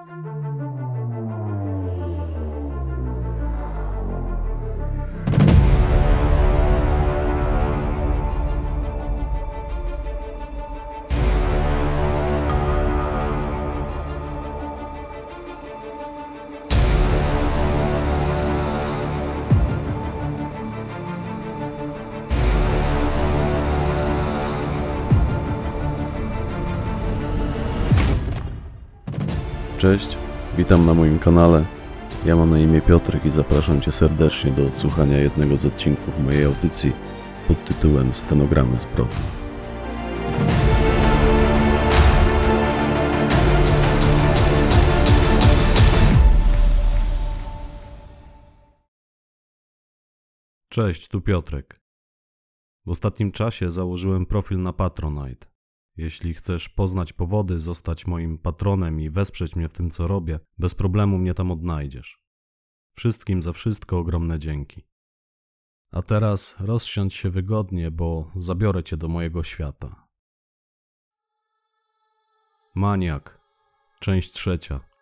Cześć, witam na moim kanale. Ja mam na imię Piotrek i zapraszam Cię serdecznie do odsłuchania jednego z odcinków mojej audycji pod tytułem Stenogramy zbrodni. Cześć, tu Piotrek. W ostatnim czasie założyłem profil na Patronite. Jeśli chcesz poznać powody, zostać moim patronem i wesprzeć mnie w tym, co robię, bez problemu mnie tam odnajdziesz. Wszystkim za wszystko ogromne dzięki. A teraz rozsiądź się wygodnie, bo zabiorę Cię do mojego świata. Maniak, część 3.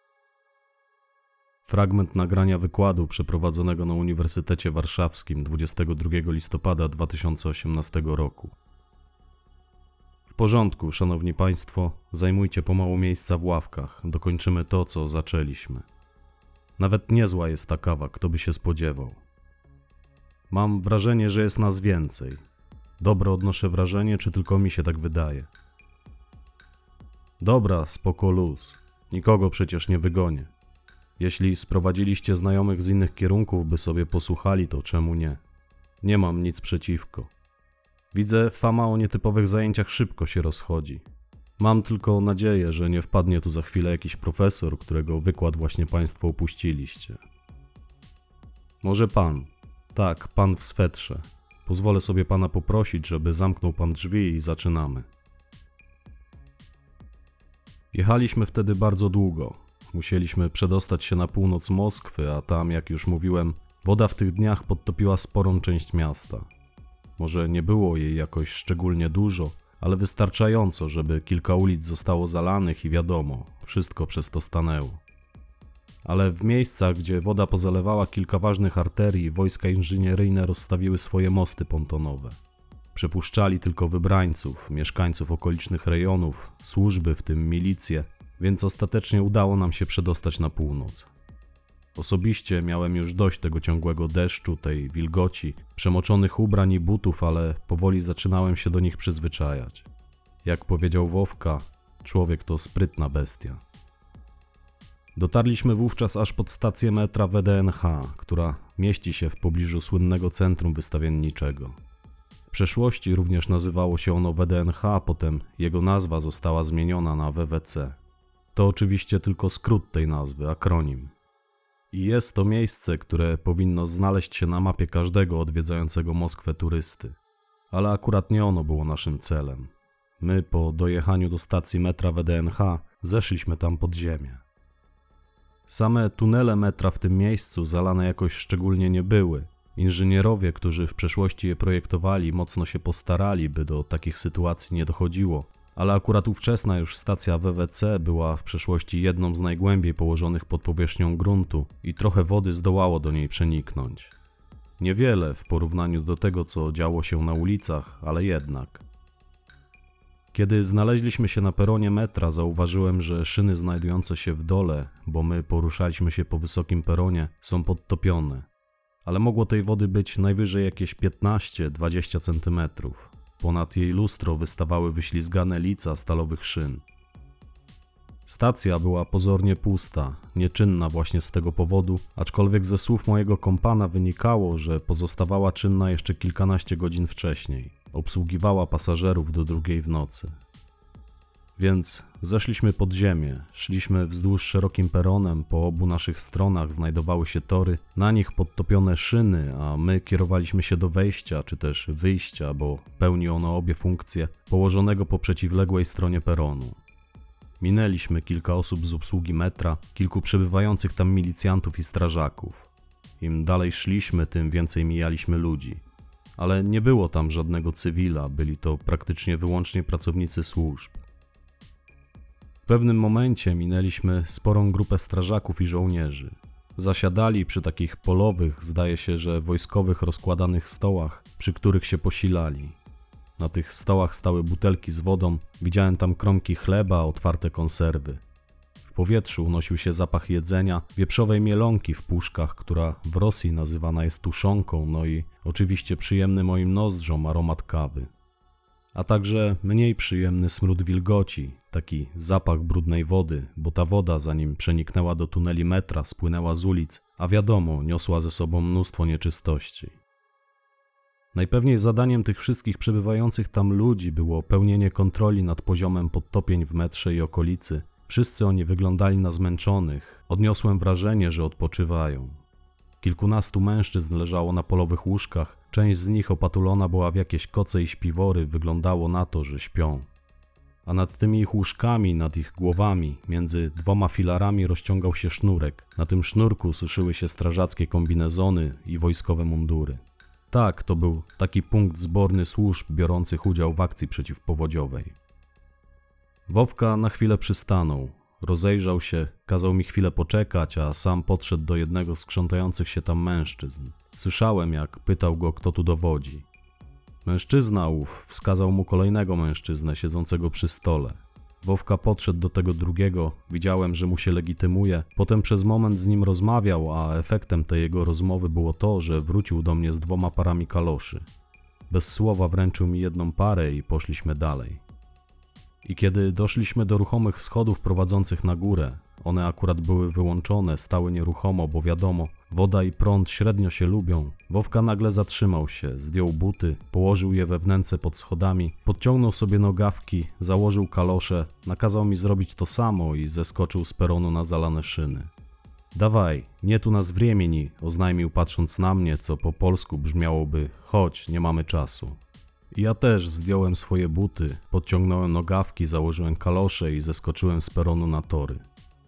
Fragment nagrania wykładu przeprowadzonego na Uniwersytecie Warszawskim 22 listopada 2018 roku. W porządku, szanowni państwo, zajmujcie pomału miejsca w ławkach, dokończymy to, co zaczęliśmy. Nawet niezła jest ta kawa, kto by się spodziewał. Mam wrażenie, że jest nas więcej. Dobre odnoszę wrażenie, czy tylko mi się tak wydaje? Dobra, spoko luz. Nikogo przecież nie wygonię. Jeśli sprowadziliście znajomych z innych kierunków, by sobie posłuchali, to czemu nie? Nie mam nic przeciwko. Widzę, fama o nietypowych zajęciach szybko się rozchodzi. Mam tylko nadzieję, że nie wpadnie tu za chwilę jakiś profesor, którego wykład właśnie państwo opuściliście. Może pan. Tak, pan w swetrze. Pozwolę sobie pana poprosić, żeby zamknął pan drzwi i zaczynamy. Jechaliśmy wtedy bardzo długo. Musieliśmy przedostać się na północ Moskwy, a tam, jak już mówiłem, woda w tych dniach podtopiła sporą część miasta. Może nie było jej jakoś szczególnie dużo, ale wystarczająco, żeby kilka ulic zostało zalanych i wiadomo, wszystko przez to stanęło. Ale w miejscach, gdzie woda pozalewała kilka ważnych arterii, wojska inżynieryjne rozstawiły swoje mosty pontonowe. Przepuszczali tylko wybrańców, mieszkańców okolicznych rejonów, służby, w tym milicje, więc ostatecznie udało nam się przedostać na północ. Osobiście miałem już dość tego ciągłego deszczu, tej wilgoci, przemoczonych ubrań i butów, ale powoli zaczynałem się do nich przyzwyczajać. Jak powiedział Wowka, człowiek to sprytna bestia. Dotarliśmy wówczas aż pod stację metra WDNH, która mieści się w pobliżu słynnego centrum wystawienniczego. W przeszłości również nazywało się ono WDNH, a potem jego nazwa została zmieniona na WWC. To oczywiście tylko skrót tej nazwy, akronim. I jest to miejsce, które powinno znaleźć się na mapie każdego odwiedzającego Moskwę turysty. Ale akurat nie ono było naszym celem. My po dojechaniu do stacji metra WDNH zeszliśmy tam pod ziemię. Same tunele metra w tym miejscu zalane jakoś szczególnie nie były. Inżynierowie, którzy w przeszłości je projektowali, mocno się postarali, by do takich sytuacji nie dochodziło. Ale akurat ówczesna już stacja WWC była w przeszłości jedną z najgłębiej położonych pod powierzchnią gruntu i trochę wody zdołało do niej przeniknąć. Niewiele w porównaniu do tego, co działo się na ulicach, ale jednak. Kiedy znaleźliśmy się na peronie metra, zauważyłem, że szyny znajdujące się w dole, bo my poruszaliśmy się po wysokim peronie, są podtopione. Ale mogło tej wody być najwyżej jakieś 15-20 cm. Ponad jej lustro wystawały wyślizgane lica stalowych szyn. Stacja była pozornie pusta, nieczynna właśnie z tego powodu, aczkolwiek ze słów mojego kompana wynikało, że pozostawała czynna jeszcze kilkanaście godzin wcześniej. Obsługiwała pasażerów do 2 w nocy. Więc zeszliśmy pod ziemię, szliśmy wzdłuż szerokim peronem, po obu naszych stronach znajdowały się tory, na nich podtopione szyny, a my kierowaliśmy się do wejścia, czy też wyjścia, bo pełni ono obie funkcje, położonego po przeciwległej stronie peronu. Minęliśmy kilka osób z obsługi metra, kilku przebywających tam milicjantów i strażaków. Im dalej szliśmy, tym więcej mijaliśmy ludzi. Ale nie było tam żadnego cywila, byli to praktycznie wyłącznie pracownicy służb. W pewnym momencie minęliśmy sporą grupę strażaków i żołnierzy. Zasiadali przy takich polowych, zdaje się, że wojskowych rozkładanych stołach, przy których się posilali. Na tych stołach stały butelki z wodą, widziałem tam kromki chleba, otwarte konserwy. W powietrzu unosił się zapach jedzenia, wieprzowej mielonki w puszkach, która w Rosji nazywana jest tuszonką, no i oczywiście przyjemny moim nozdrzom aromat kawy. A także mniej przyjemny smród wilgoci, taki zapach brudnej wody, bo ta woda, zanim przeniknęła do tuneli metra, spłynęła z ulic, a wiadomo, niosła ze sobą mnóstwo nieczystości. Najpewniej zadaniem tych wszystkich przebywających tam ludzi było pełnienie kontroli nad poziomem podtopień w metrze i okolicy. Wszyscy oni wyglądali na zmęczonych, odniosłem wrażenie, że odpoczywają. Kilkunastu mężczyzn leżało na polowych łóżkach, część z nich opatulona była w jakieś koce i śpiwory, wyglądało na to, że śpią. A nad tymi ich łóżkami, nad ich głowami, między dwoma filarami rozciągał się sznurek. Na tym sznurku suszyły się strażackie kombinezony i wojskowe mundury. Tak, to był taki punkt zborny służb biorących udział w akcji przeciwpowodziowej. Wowka na chwilę przystanął, rozejrzał się, kazał mi chwilę poczekać, a sam podszedł do jednego z krzątających się tam mężczyzn. Słyszałem, jak pytał go, kto tu dowodzi. Mężczyzna ów wskazał mu kolejnego mężczyznę siedzącego przy stole. Wowka podszedł do tego drugiego, widziałem, że mu się legitymuje, potem przez moment z nim rozmawiał, a efektem tej jego rozmowy było to, że wrócił do mnie z 2 parami kaloszy. Bez słowa wręczył mi jedną parę i poszliśmy dalej. I kiedy doszliśmy do ruchomych schodów prowadzących na górę, one akurat były wyłączone, stały nieruchomo, bo wiadomo, woda i prąd średnio się lubią. Wowka nagle zatrzymał się, zdjął buty, położył je we wnęce pod schodami, podciągnął sobie nogawki, założył kalosze, nakazał mi zrobić to samo i zeskoczył z peronu na zalane szyny. Dawaj, nie tu nas wremieni, oznajmił patrząc na mnie, co po polsku brzmiałoby chodź, nie mamy czasu. I ja też zdjąłem swoje buty, podciągnąłem nogawki, założyłem kalosze i zeskoczyłem z peronu na tory.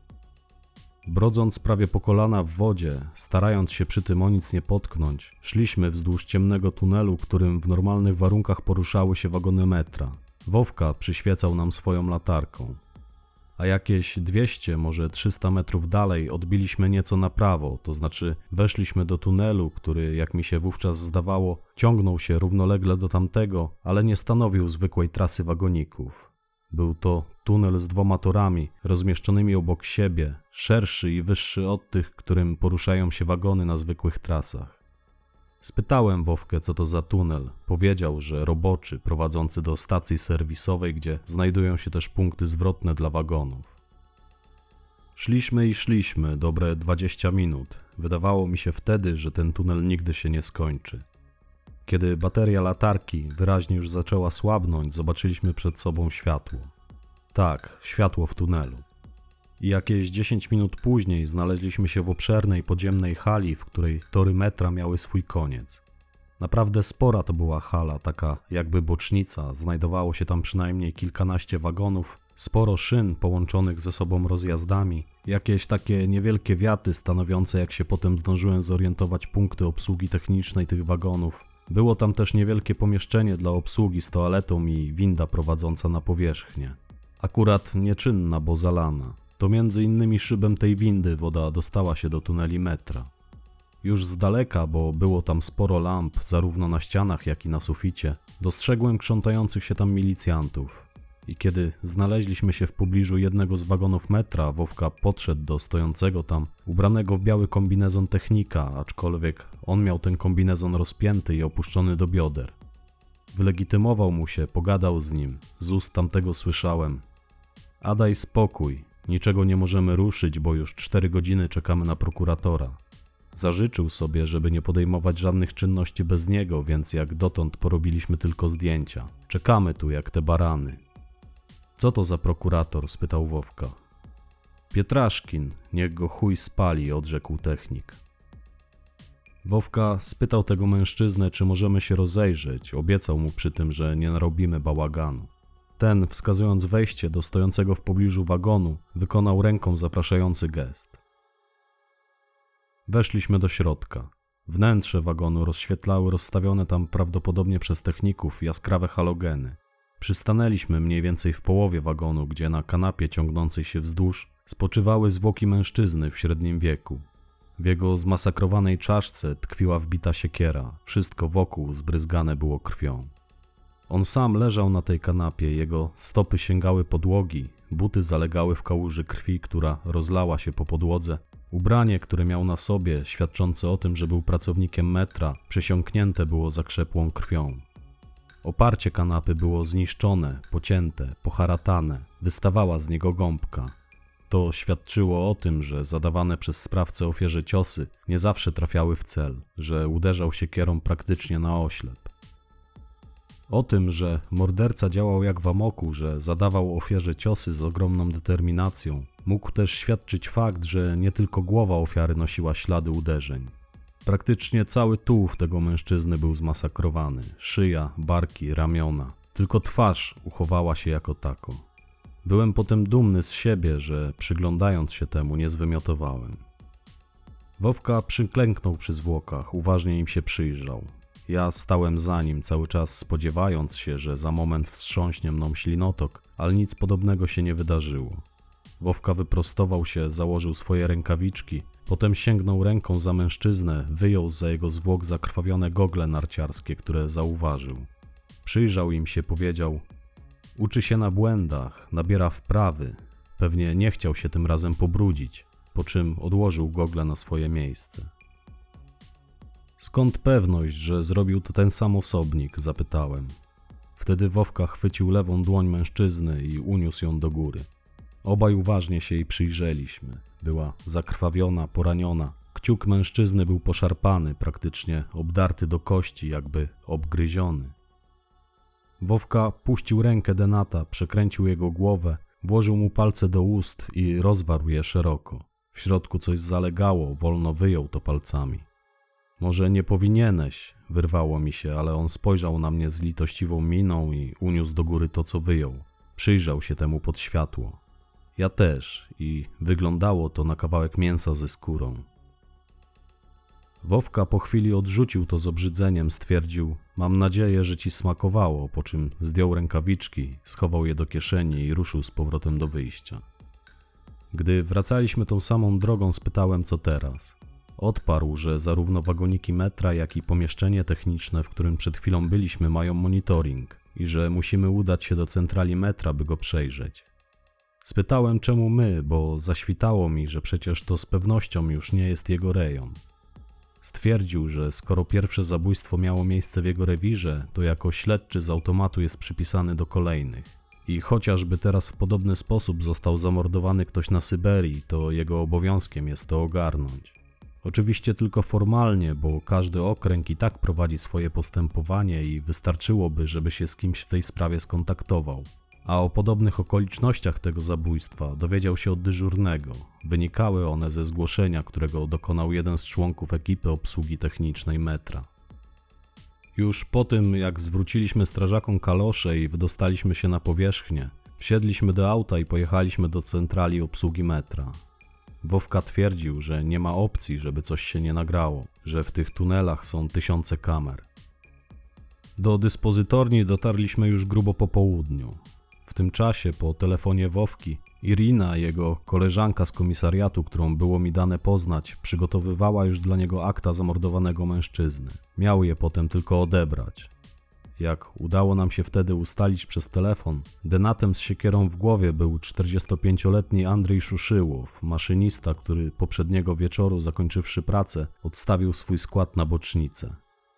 Brodząc prawie po kolana w wodzie, starając się przy tym o nic nie potknąć, szliśmy wzdłuż ciemnego tunelu, którym w normalnych warunkach poruszały się wagony metra. Wowka przyświecał nam swoją latarką. A jakieś 200, może 300 metrów dalej odbiliśmy nieco na prawo, to znaczy weszliśmy do tunelu, który, jak mi się wówczas zdawało, ciągnął się równolegle do tamtego, ale nie stanowił zwykłej trasy wagoników. Był to tunel z 2 torami, rozmieszczonymi obok siebie, szerszy i wyższy od tych, którym poruszają się wagony na zwykłych trasach. Spytałem Wowkę, co to za tunel. Powiedział, że roboczy, prowadzący do stacji serwisowej, gdzie znajdują się też punkty zwrotne dla wagonów. Szliśmy i szliśmy, dobre 20 minut. Wydawało mi się wtedy, że ten tunel nigdy się nie skończy. Kiedy bateria latarki wyraźnie już zaczęła słabnąć, zobaczyliśmy przed sobą światło. Tak, światło w tunelu. I jakieś 10 minut później znaleźliśmy się w obszernej podziemnej hali, w której tory metra miały swój koniec. Naprawdę spora to była hala, taka jakby bocznica, znajdowało się tam przynajmniej kilkanaście wagonów, sporo szyn połączonych ze sobą rozjazdami, jakieś takie niewielkie wiaty stanowiące, jak się potem zdążyłem zorientować, punkty obsługi technicznej tych wagonów. Było tam też niewielkie pomieszczenie dla obsługi z toaletą i winda prowadząca na powierzchnię. Akurat nieczynna, bo zalana. To między innymi szybem tej windy woda dostała się do tuneli metra. Już z daleka, bo było tam sporo lamp, zarówno na ścianach, jak i na suficie, dostrzegłem krzątających się tam milicjantów. I kiedy znaleźliśmy się w pobliżu jednego z wagonów metra, Wowka podszedł do stojącego tam, ubranego w biały kombinezon technika, aczkolwiek on miał ten kombinezon rozpięty i opuszczony do bioder. Wylegitymował mu się, pogadał z nim, z ust tamtego słyszałem: a daj spokój, niczego nie możemy ruszyć, bo już 4 godziny czekamy na prokuratora. Zażyczył sobie, żeby nie podejmować żadnych czynności bez niego, więc jak dotąd porobiliśmy tylko zdjęcia. Czekamy tu jak te barany. Co to za prokurator? Spytał Wowka. Pietraszkin, niech go chuj spali, odrzekł technik. Wowka spytał tego mężczyznę, czy możemy się rozejrzeć, obiecał mu przy tym, że nie narobimy bałaganu. Ten, wskazując wejście do stojącego w pobliżu wagonu, wykonał ręką zapraszający gest. Weszliśmy do środka. Wnętrze wagonu rozświetlały rozstawione tam prawdopodobnie przez techników jaskrawe halogeny. Przystanęliśmy mniej więcej w połowie wagonu, gdzie na kanapie ciągnącej się wzdłuż spoczywały zwłoki mężczyzny w średnim wieku. W jego zmasakrowanej czaszce tkwiła wbita siekiera, wszystko wokół zbryzgane było krwią. On sam leżał na tej kanapie, jego stopy sięgały podłogi, buty zalegały w kałuży krwi, która rozlała się po podłodze. Ubranie, które miał na sobie, świadczące o tym, że był pracownikiem metra, przesiąknięte było zakrzepłą krwią. Oparcie kanapy było zniszczone, pocięte, poharatane, wystawała z niego gąbka. To świadczyło o tym, że zadawane przez sprawcę ofierze ciosy nie zawsze trafiały w cel, że uderzał siekierą praktycznie na oślep. O tym, że morderca działał jak w amoku, że zadawał ofierze ciosy z ogromną determinacją, mógł też świadczyć fakt, że nie tylko głowa ofiary nosiła ślady uderzeń. Praktycznie cały tułów tego mężczyzny był zmasakrowany, szyja, barki, ramiona. Tylko twarz uchowała się jako tako. Byłem potem dumny z siebie, że przyglądając się temu nie zwymiotowałem. Wowka przyklęknął przy zwłokach, uważnie im się przyjrzał. Ja stałem za nim, cały czas spodziewając się, że za moment wstrząśnie mną ślinotok, ale nic podobnego się nie wydarzyło. Wowka wyprostował się, założył swoje rękawiczki, potem sięgnął ręką za mężczyznę, wyjął zza jego zwłok zakrwawione gogle narciarskie, które zauważył. Przyjrzał im się, powiedział: uczy się na błędach, nabiera wprawy, pewnie nie chciał się tym razem pobrudzić, po czym odłożył gogle na swoje miejsce. Skąd pewność, że zrobił to ten sam osobnik? Zapytałem. Wtedy Wowka chwycił lewą dłoń mężczyzny i uniósł ją do góry. Obaj uważnie się jej przyjrzeliśmy. Była zakrwawiona, poraniona. Kciuk mężczyzny był poszarpany, praktycznie obdarty do kości, jakby obgryziony. Wowka puścił rękę Denata, przekręcił jego głowę, włożył mu palce do ust i rozwarł je szeroko. W środku coś zalegało, wolno wyjął to palcami. Może nie powinieneś, wyrwało mi się, ale on spojrzał na mnie z litościwą miną i uniósł do góry to, co wyjął. Przyjrzał się temu pod światło. Ja też i wyglądało to na kawałek mięsa ze skórą. Wowka po chwili odrzucił to z obrzydzeniem, stwierdził: mam nadzieję, że ci smakowało, po czym zdjął rękawiczki, schował je do kieszeni i ruszył z powrotem do wyjścia. Gdy wracaliśmy tą samą drogą, spytałem, co teraz. Odparł, że zarówno wagoniki metra, jak i pomieszczenie techniczne, w którym przed chwilą byliśmy, mają monitoring i że musimy udać się do centrali metra, by go przejrzeć. Spytałem, czemu my, bo zaświtało mi, że przecież to z pewnością już nie jest jego rejon. Stwierdził, że skoro pierwsze zabójstwo miało miejsce w jego rewirze, to jako śledczy z automatu jest przypisany do kolejnych. I chociażby teraz w podobny sposób został zamordowany ktoś na Syberii, to jego obowiązkiem jest to ogarnąć. Oczywiście tylko formalnie, bo każdy okręg i tak prowadzi swoje postępowanie i wystarczyłoby, żeby się z kimś w tej sprawie skontaktował. A o podobnych okolicznościach tego zabójstwa dowiedział się od dyżurnego. Wynikały one ze zgłoszenia, którego dokonał jeden z członków ekipy obsługi technicznej metra. Już po tym, jak zwróciliśmy strażakom kalosze i wydostaliśmy się na powierzchnię, wsiedliśmy do auta i pojechaliśmy do centrali obsługi metra. Wowka twierdził, że nie ma opcji, żeby coś się nie nagrało, że w tych tunelach są tysiące kamer. Do dyspozytorni dotarliśmy już grubo po południu. W tym czasie po telefonie Wowki Irina, jego koleżanka z komisariatu, którą było mi dane poznać, przygotowywała już dla niego akta zamordowanego mężczyzny. Miał je potem tylko odebrać. Jak udało nam się wtedy ustalić przez telefon, denatem z siekierą w głowie był 45-letni Andrzej Szuszyłow, maszynista, który poprzedniego wieczoru, zakończywszy pracę, odstawił swój skład na bocznicę.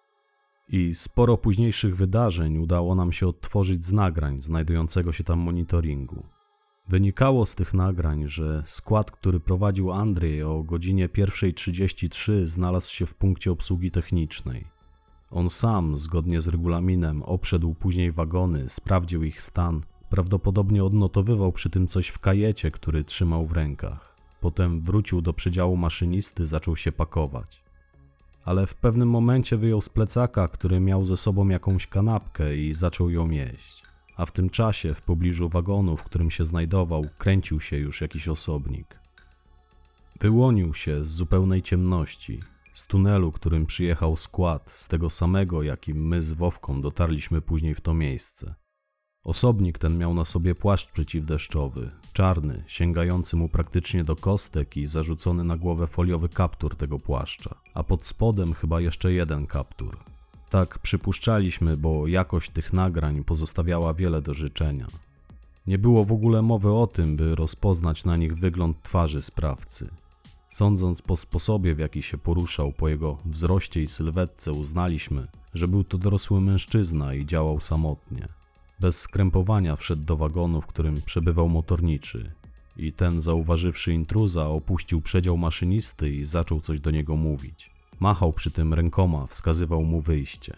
I sporo późniejszych wydarzeń udało nam się odtworzyć z nagrań znajdującego się tam monitoringu. Wynikało z tych nagrań, że skład, który prowadził Andrzej o godzinie 1:33 znalazł się w punkcie obsługi technicznej. On sam, zgodnie z regulaminem, obszedł później wagony, sprawdził ich stan, prawdopodobnie odnotowywał przy tym coś w kajecie, który trzymał w rękach. Potem wrócił do przedziału maszynisty, zaczął się pakować. Ale w pewnym momencie wyjął z plecaka, który miał ze sobą jakąś kanapkę i zaczął ją jeść. A w tym czasie w pobliżu wagonu, w którym się znajdował, kręcił się już jakiś osobnik. Wyłonił się z zupełnej ciemności, z tunelu, którym przyjechał skład, z tego samego, jakim my z Wowką dotarliśmy później w to miejsce. Osobnik ten miał na sobie płaszcz przeciwdeszczowy, czarny, sięgający mu praktycznie do kostek i zarzucony na głowę foliowy kaptur tego płaszcza, a pod spodem chyba jeszcze jeden kaptur. Tak przypuszczaliśmy, bo jakość tych nagrań pozostawiała wiele do życzenia. Nie było w ogóle mowy o tym, by rozpoznać na nich wygląd twarzy sprawcy. Sądząc po sposobie, w jaki się poruszał, po jego wzroście i sylwetce, uznaliśmy, że był to dorosły mężczyzna i działał samotnie. Bez skrępowania wszedł do wagonu, w którym przebywał motorniczy, i ten, zauważywszy intruza, opuścił przedział maszynisty i zaczął coś do niego mówić. Machał przy tym rękoma, wskazywał mu wyjście.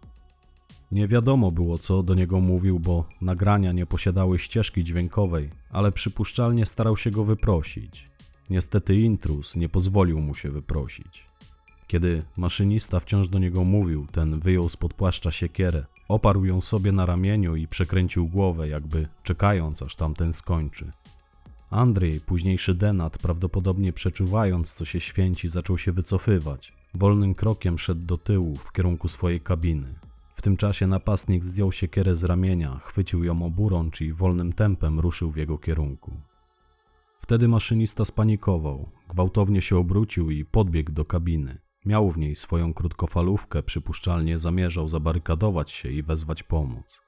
Nie wiadomo było, co do niego mówił, bo nagrania nie posiadały ścieżki dźwiękowej, ale przypuszczalnie starał się go wyprosić. Niestety intruz nie pozwolił mu się wyprosić. Kiedy maszynista wciąż do niego mówił, ten wyjął spod płaszcza siekierę, oparł ją sobie na ramieniu i przekręcił głowę, jakby czekając, aż tamten skończy. Andrzej, późniejszy denat, prawdopodobnie przeczuwając, co się święci, zaczął się wycofywać. Wolnym krokiem szedł do tyłu, w kierunku swojej kabiny. W tym czasie napastnik zdjął siekierę z ramienia, chwycił ją oburącz i wolnym tempem ruszył w jego kierunku. Wtedy maszynista spanikował, gwałtownie się obrócił i podbiegł do kabiny. Miał w niej swoją krótkofalówkę, przypuszczalnie zamierzał zabarykadować się i wezwać pomoc.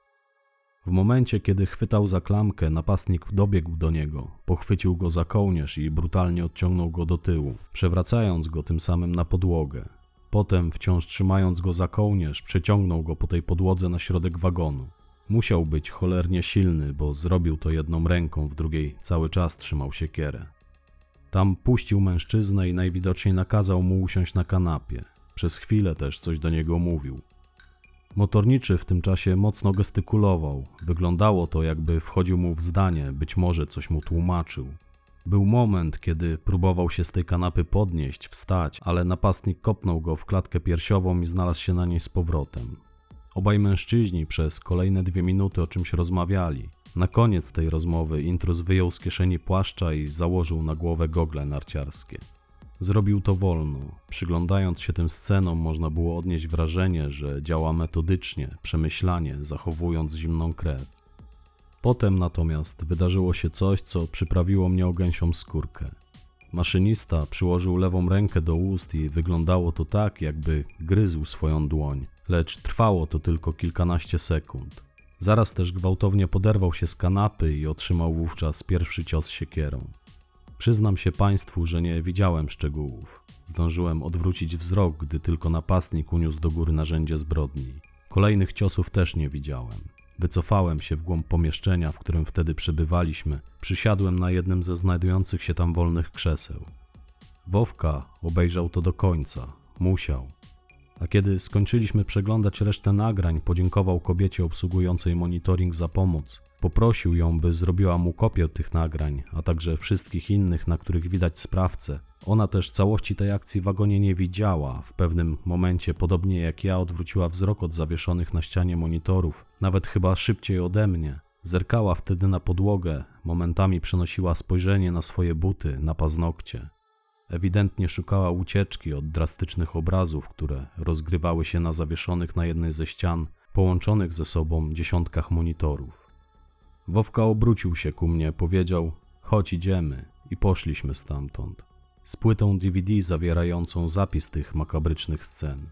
W momencie, kiedy chwytał za klamkę, napastnik dobiegł do niego, pochwycił go za kołnierz i brutalnie odciągnął go do tyłu, przewracając go tym samym na podłogę. Potem, wciąż trzymając go za kołnierz, przeciągnął go po tej podłodze na środek wagonu. Musiał być cholernie silny, bo zrobił to jedną ręką, w drugiej cały czas trzymał siekierę. Tam puścił mężczyznę i najwidoczniej nakazał mu usiąść na kanapie. Przez chwilę też coś do niego mówił. Motorniczy w tym czasie mocno gestykulował. Wyglądało to, jakby wchodził mu w zdanie, być może coś mu tłumaczył. Był moment, kiedy próbował się z tej kanapy podnieść, wstać, ale napastnik kopnął go w klatkę piersiową i znalazł się na niej z powrotem. Obaj mężczyźni przez kolejne 2 minuty o czymś rozmawiali. Na koniec tej rozmowy intruz wyjął z kieszeni płaszcza i założył na głowę gogle narciarskie. Zrobił to wolno. Przyglądając się tym scenom, można było odnieść wrażenie, że działa metodycznie, przemyślanie, zachowując zimną krew. Potem natomiast wydarzyło się coś, co przyprawiło mnie o gęsią skórkę. Maszynista przyłożył lewą rękę do ust i wyglądało to tak, jakby gryzł swoją dłoń, lecz trwało to tylko kilkanaście sekund. Zaraz też gwałtownie poderwał się z kanapy i otrzymał wówczas pierwszy cios siekierą. Przyznam się Państwu, że nie widziałem szczegółów. Zdążyłem odwrócić wzrok, gdy tylko napastnik uniósł do góry narzędzie zbrodni. Kolejnych ciosów też nie widziałem. Wycofałem się w głąb pomieszczenia, w którym wtedy przebywaliśmy. Przysiadłem na jednym ze znajdujących się tam wolnych krzeseł. Wowka obejrzał to do końca. Musiał. A kiedy skończyliśmy przeglądać resztę nagrań, podziękował kobiecie obsługującej monitoring za pomoc. Poprosił ją, by zrobiła mu kopię tych nagrań, a także wszystkich innych, na których widać sprawcę. Ona też całości tej akcji w wagonie nie widziała. W pewnym momencie, podobnie jak ja, odwróciła wzrok od zawieszonych na ścianie monitorów, nawet chyba szybciej ode mnie. Zerkała wtedy na podłogę, momentami przenosiła spojrzenie na swoje buty, na paznokcie. Ewidentnie szukała ucieczki od drastycznych obrazów, które rozgrywały się na zawieszonych na jednej ze ścian, połączonych ze sobą dziesiątkach monitorów. Wowka obrócił się ku mnie, powiedział: chodź, idziemy, i poszliśmy stamtąd, z płytą DVD zawierającą zapis tych makabrycznych scen.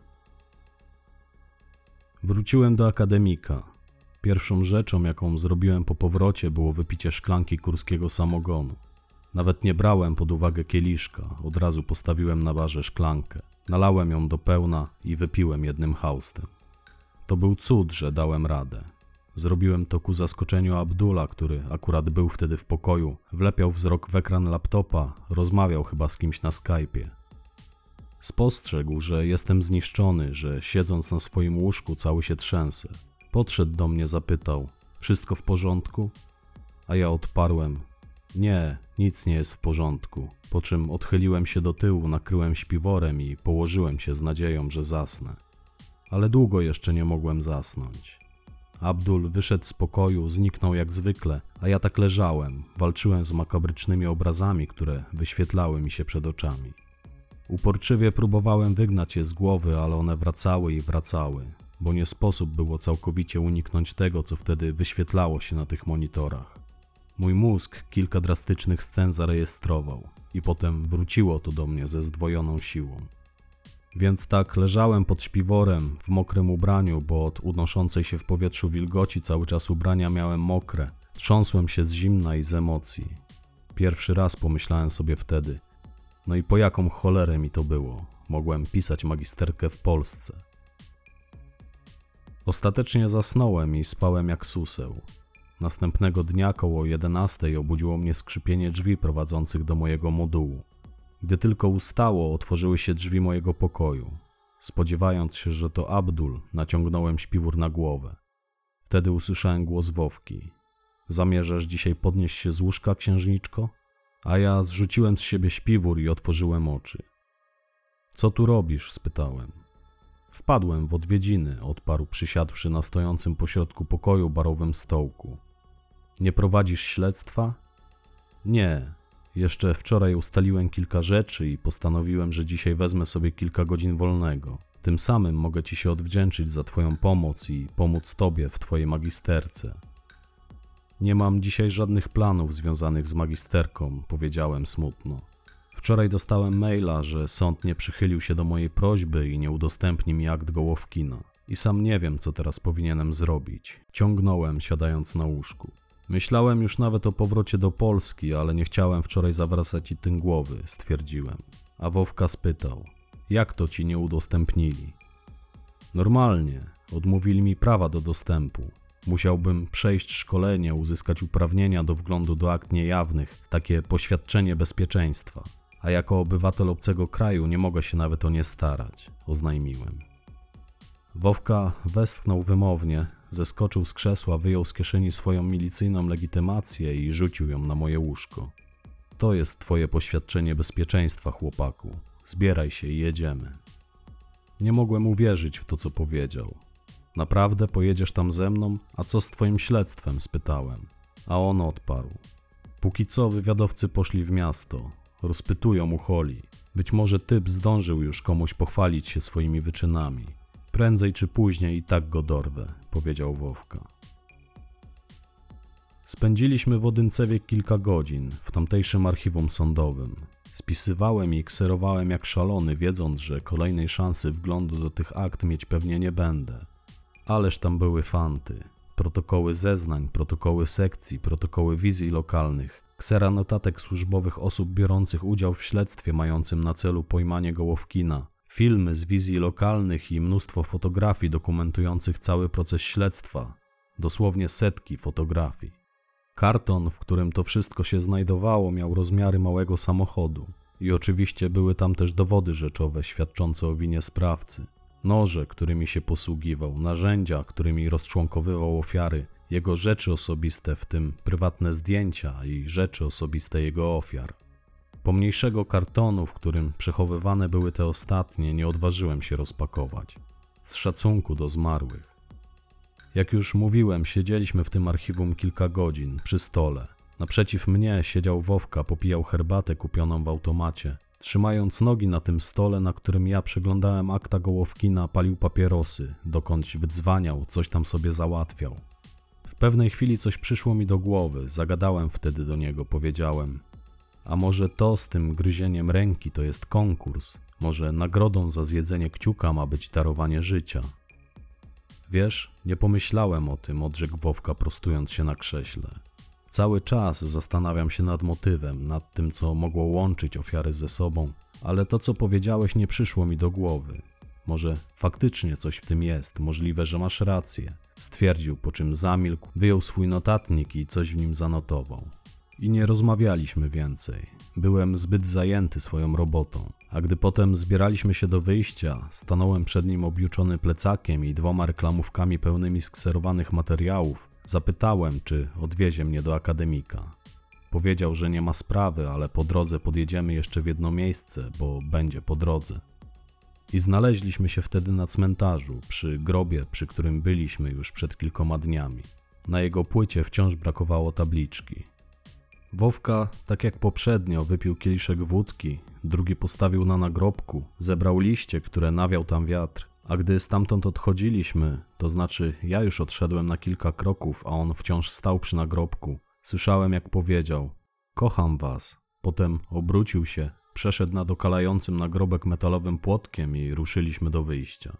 Wróciłem do akademika. Pierwszą rzeczą, jaką zrobiłem po powrocie, było wypicie szklanki kurskiego samogonu. Nawet nie brałem pod uwagę kieliszka, od razu postawiłem na barze szklankę. Nalałem ją do pełna i wypiłem jednym haustem. To był cud, że dałem radę. Zrobiłem to ku zaskoczeniu Abdula, który akurat był wtedy w pokoju, wlepiał wzrok w ekran laptopa, rozmawiał chyba z kimś na Skype'ie. Spostrzegł, że jestem zniszczony, że siedząc na swoim łóżku cały się trzęsę. Podszedł do mnie, zapytał: wszystko w porządku? A ja odparłem: nie, nic nie jest w porządku, po czym odchyliłem się do tyłu, nakryłem śpiworem i położyłem się z nadzieją, że zasnę. Ale długo jeszcze nie mogłem zasnąć. Abdul wyszedł z pokoju, zniknął jak zwykle, a ja tak leżałem, walczyłem z makabrycznymi obrazami, które wyświetlały mi się przed oczami. Uporczywie próbowałem wygnać je z głowy, ale one wracały i wracały. bo nie sposób było całkowicie uniknąć tego, co wtedy wyświetlało się na tych monitorach. Mój mózg kilka drastycznych scen zarejestrował i potem wróciło to do mnie ze zdwojoną siłą. Więc tak leżałem pod śpiworem w mokrym ubraniu, bo od unoszącej się w powietrzu wilgoci cały czas ubrania miałem mokre. Trząsłem się z zimna i z emocji. Pierwszy raz pomyślałem sobie wtedy, no i po jaką cholerę mi to było? Mogłem pisać magisterkę w Polsce. Ostatecznie zasnąłem i spałem jak suseł. Następnego dnia koło 11 obudziło mnie skrzypienie drzwi prowadzących do mojego modułu. Gdy tylko ustało, otworzyły się drzwi mojego pokoju. Spodziewając się, że to Abdul, naciągnąłem śpiwór na głowę. Wtedy usłyszałem głos Wowki. Zamierzasz dzisiaj podnieść się z łóżka, księżniczko? A ja zrzuciłem z siebie śpiwór i otworzyłem oczy. Co tu robisz? Spytałem. Wpadłem w odwiedziny, odparł przysiadłszy na stojącym pośrodku pokoju barowym stołku. Nie prowadzisz śledztwa? Nie. Jeszcze wczoraj ustaliłem kilka rzeczy i postanowiłem, że dzisiaj wezmę sobie kilka godzin wolnego. Tym samym mogę ci się odwdzięczyć za twoją pomoc i pomóc tobie w twojej magisterce. Nie mam dzisiaj żadnych planów związanych z magisterką, powiedziałem smutno. Wczoraj dostałem maila, że sąd nie przychylił się do mojej prośby i nie udostępni mi akt Gołowkina. I sam nie wiem, co teraz powinienem zrobić. Ciągnąłem, siadając na łóżku. Myślałem już nawet o powrocie do Polski, ale nie chciałem wczoraj zawracać i tym głowy, stwierdziłem. A Wowka spytał, jak to ci nie udostępnili? Normalnie, odmówili mi prawa do dostępu. Musiałbym przejść szkolenie, uzyskać uprawnienia do wglądu do akt niejawnych, takie poświadczenie bezpieczeństwa. A jako obywatel obcego kraju nie mogę się nawet o nie starać, oznajmiłem. Wowka westchnął wymownie, zeskoczył z krzesła, wyjął z kieszeni swoją milicyjną legitymację i rzucił ją na moje łóżko. To jest twoje poświadczenie bezpieczeństwa, chłopaku. Zbieraj się i jedziemy. Nie mogłem uwierzyć w to, co powiedział. Naprawdę pojedziesz tam ze mną? A co z twoim śledztwem? Spytałem. A on odparł. Póki co wywiadowcy poszli w miasto. Rozpytują u Holly. Być może typ zdążył już komuś pochwalić się swoimi wyczynami. Prędzej czy później i tak go dorwę, powiedział Wowka. Spędziliśmy w Odyncewie kilka godzin, w tamtejszym archiwum sądowym. Spisywałem i kserowałem jak szalony, wiedząc, że kolejnej szansy wglądu do tych akt mieć pewnie nie będę. Ależ tam były fanty. Protokoły zeznań, protokoły sekcji, protokoły wizji lokalnych, ksera notatek służbowych osób biorących udział w śledztwie mającym na celu pojmanie Gołowkina, filmy z wizji lokalnych i mnóstwo fotografii dokumentujących cały proces śledztwa. Dosłownie setki fotografii. Karton, w którym to wszystko się znajdowało, miał rozmiary małego samochodu. I oczywiście były tam też dowody rzeczowe świadczące o winie sprawcy. Noże, którymi się posługiwał, narzędzia, którymi rozczłonkowywał ofiary, jego rzeczy osobiste, w tym prywatne zdjęcia i rzeczy osobiste jego ofiar. Pomniejszego kartonu, w którym przechowywane były te ostatnie, nie odważyłem się rozpakować. Z szacunku do zmarłych. Jak już mówiłem, siedzieliśmy w tym archiwum kilka godzin, przy stole. Naprzeciw mnie siedział Wowka, popijał herbatę kupioną w automacie. Trzymając nogi na tym stole, na którym ja przeglądałem akta Gołowkina, palił papierosy, dokądś wydzwaniał, coś tam sobie załatwiał. W pewnej chwili coś przyszło mi do głowy, zagadałem wtedy do niego, powiedziałem: a może to z tym gryzieniem ręki to jest konkurs? Może nagrodą za zjedzenie kciuka ma być darowanie życia? Wiesz, nie pomyślałem o tym, odrzekł Wowka, prostując się na krześle. Cały czas zastanawiam się nad motywem, nad tym, co mogło łączyć ofiary ze sobą, ale to, co powiedziałeś, nie przyszło mi do głowy. Może faktycznie coś w tym jest, możliwe, że masz rację, stwierdził, po czym zamilkł, wyjął swój notatnik i coś w nim zanotował. I nie rozmawialiśmy więcej. Byłem zbyt zajęty swoją robotą, a gdy potem zbieraliśmy się do wyjścia, stanąłem przed nim objuczony plecakiem i 2 reklamówkami pełnymi skserowanych materiałów. Zapytałem, czy odwiezie mnie do akademika. Powiedział, że nie ma sprawy, ale po drodze podjedziemy jeszcze w jedno miejsce, bo będzie po drodze. I znaleźliśmy się wtedy na cmentarzu, przy grobie, przy którym byliśmy już przed kilkoma dniami. Na jego płycie wciąż brakowało tabliczki. Wowka, tak jak poprzednio, wypił kieliszek wódki, drugi postawił na nagrobku, zebrał liście, które nawiał tam wiatr, A gdy stamtąd odchodziliśmy, to znaczy ja już odszedłem na kilka kroków, a on wciąż stał przy nagrobku, słyszałem jak powiedział: kocham was. Potem obrócił się, przeszedł nad okalającym nagrobek metalowym płotkiem i ruszyliśmy do wyjścia.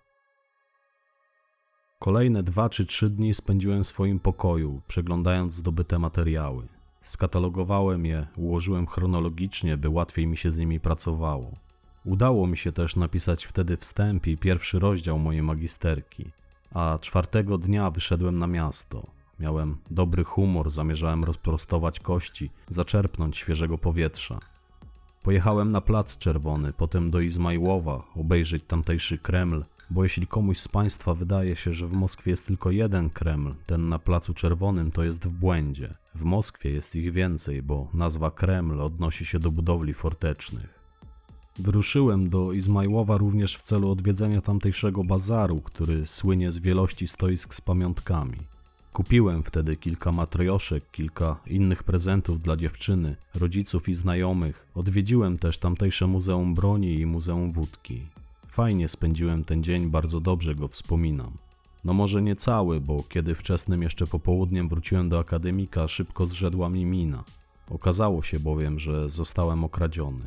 Kolejne 2 czy 3 dni spędziłem w swoim pokoju, przeglądając zdobyte materiały. Skatalogowałem je, ułożyłem chronologicznie, by łatwiej mi się z nimi pracowało. Udało mi się też napisać wtedy wstęp i pierwszy rozdział mojej magisterki, a 4 dnia wyszedłem na miasto. Miałem dobry humor, zamierzałem rozprostować kości, zaczerpnąć świeżego powietrza. Pojechałem na Plac Czerwony, potem do Izmajłowa, obejrzeć tamtejszy Kreml, bo jeśli komuś z Państwa wydaje się, że w Moskwie jest tylko jeden Kreml, ten na Placu Czerwonym, to jest w błędzie. W Moskwie jest ich więcej, bo nazwa Kreml odnosi się do budowli fortecznych. Wyruszyłem do Izmajłowa również w celu odwiedzenia tamtejszego bazaru, który słynie z wielości stoisk z pamiątkami. Kupiłem wtedy kilka matrioszek, kilka innych prezentów dla dziewczyny, rodziców i znajomych. Odwiedziłem też tamtejsze Muzeum Broni i Muzeum Wódki. Fajnie spędziłem ten dzień, bardzo dobrze go wspominam. No może nie cały, bo kiedy wczesnym jeszcze popołudniem wróciłem do akademika, szybko zrzedła mi mina. Okazało się bowiem, że zostałem okradziony.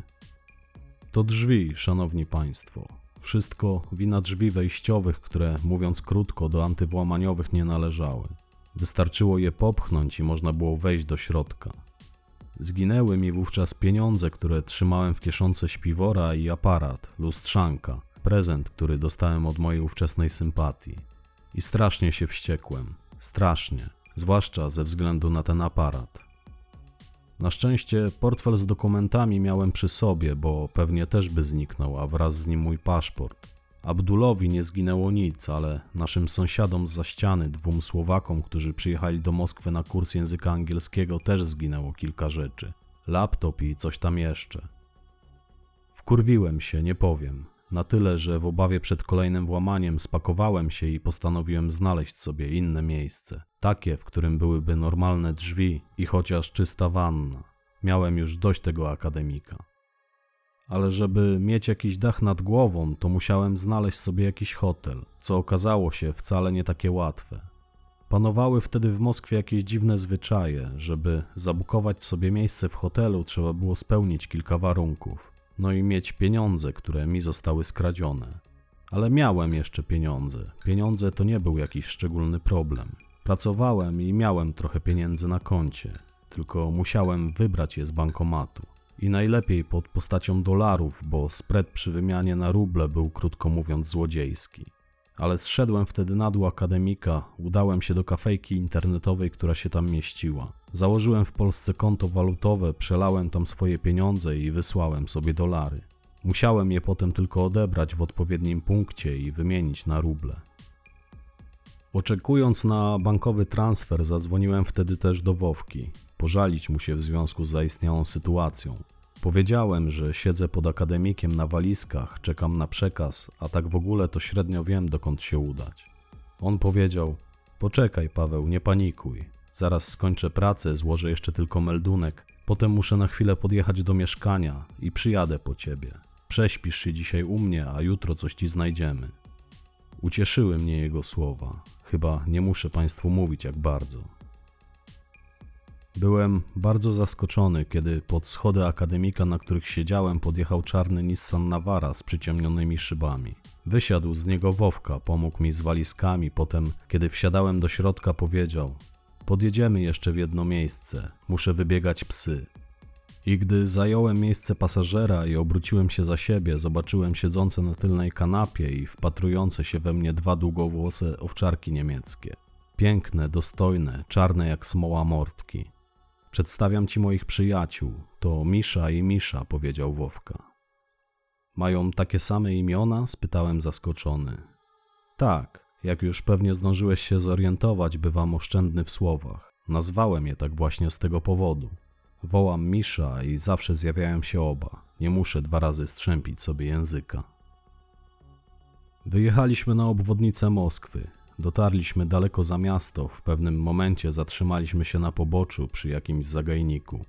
To drzwi, szanowni państwo. Wszystko wina drzwi wejściowych, które, mówiąc krótko, do antywłamaniowych nie należały. Wystarczyło je popchnąć i można było wejść do środka. Zginęły mi wówczas pieniądze, które trzymałem w kieszonce śpiwora, i aparat, lustrzanka, prezent, który dostałem od mojej ówczesnej sympatii. I strasznie się wściekłem. Strasznie. Zwłaszcza ze względu na ten aparat. Na szczęście portfel z dokumentami miałem przy sobie, bo pewnie też by zniknął, a wraz z nim mój paszport. Abdulowi nie zginęło nic, ale naszym sąsiadom zza ściany, 2 Słowakom, którzy przyjechali do Moskwy na kurs języka angielskiego, też zginęło kilka rzeczy. Laptop i coś tam jeszcze. Wkurwiłem się, nie powiem. Na tyle, że w obawie przed kolejnym włamaniem spakowałem się i postanowiłem znaleźć sobie inne miejsce. Takie, w którym byłyby normalne drzwi i chociaż czysta wanna. Miałem już dość tego akademika. Ale żeby mieć jakiś dach nad głową, to musiałem znaleźć sobie jakiś hotel, co okazało się wcale nie takie łatwe. Panowały wtedy w Moskwie jakieś dziwne zwyczaje. Żeby zabukować sobie miejsce w hotelu, trzeba było spełnić kilka warunków. No i mieć pieniądze, które mi zostały skradzione. Ale miałem jeszcze pieniądze. Pieniądze to nie był jakiś szczególny problem. Pracowałem i miałem trochę pieniędzy na koncie, tylko musiałem wybrać je z bankomatu. I najlepiej pod postacią dolarów, bo spread przy wymianie na ruble był, krótko mówiąc, złodziejski. Ale zszedłem wtedy na dół akademika, udałem się do kafejki internetowej, która się tam mieściła. Założyłem w Polsce konto walutowe, przelałem tam swoje pieniądze i wysłałem sobie dolary. Musiałem je potem tylko odebrać w odpowiednim punkcie i wymienić na ruble. Oczekując na bankowy transfer, zadzwoniłem wtedy też do Wowki, pożalić mu się w związku z zaistniałą sytuacją. Powiedziałem, że siedzę pod akademikiem na walizkach, czekam na przekaz, a tak w ogóle to średnio wiem, dokąd się udać. On powiedział: poczekaj, Paweł, nie panikuj. Zaraz skończę pracę, złożę jeszcze tylko meldunek, potem muszę na chwilę podjechać do mieszkania i przyjadę po ciebie. Prześpisz się dzisiaj u mnie, a jutro coś ci znajdziemy. Ucieszyły mnie jego słowa. Chyba nie muszę państwu mówić, jak bardzo. Byłem bardzo zaskoczony, kiedy pod schody akademika, na których siedziałem, podjechał czarny Nissan Navara z przyciemnionymi szybami. Wysiadł z niego Wowka, pomógł mi z walizkami, potem, kiedy wsiadałem do środka, powiedział: podjedziemy jeszcze w jedno miejsce, muszę wybiegać psy. I gdy zająłem miejsce pasażera i obróciłem się za siebie, zobaczyłem siedzące na tylnej kanapie i wpatrujące się we mnie 2 długowłose owczarki niemieckie. Piękne, dostojne, czarne jak smoła mordki. Przedstawiam ci moich przyjaciół, to Misza i Misza, powiedział Wowka. Mają takie same imiona? Spytałem zaskoczony. Tak, jak już pewnie zdążyłeś się zorientować, bywam oszczędny w słowach. Nazwałem je tak właśnie z tego powodu. Wołam Misza i zawsze zjawiają się oba. Nie muszę 2 razy strzępić sobie języka. Wyjechaliśmy na obwodnicę Moskwy. Dotarliśmy daleko za miasto. W pewnym momencie zatrzymaliśmy się na poboczu przy jakimś zagajniku.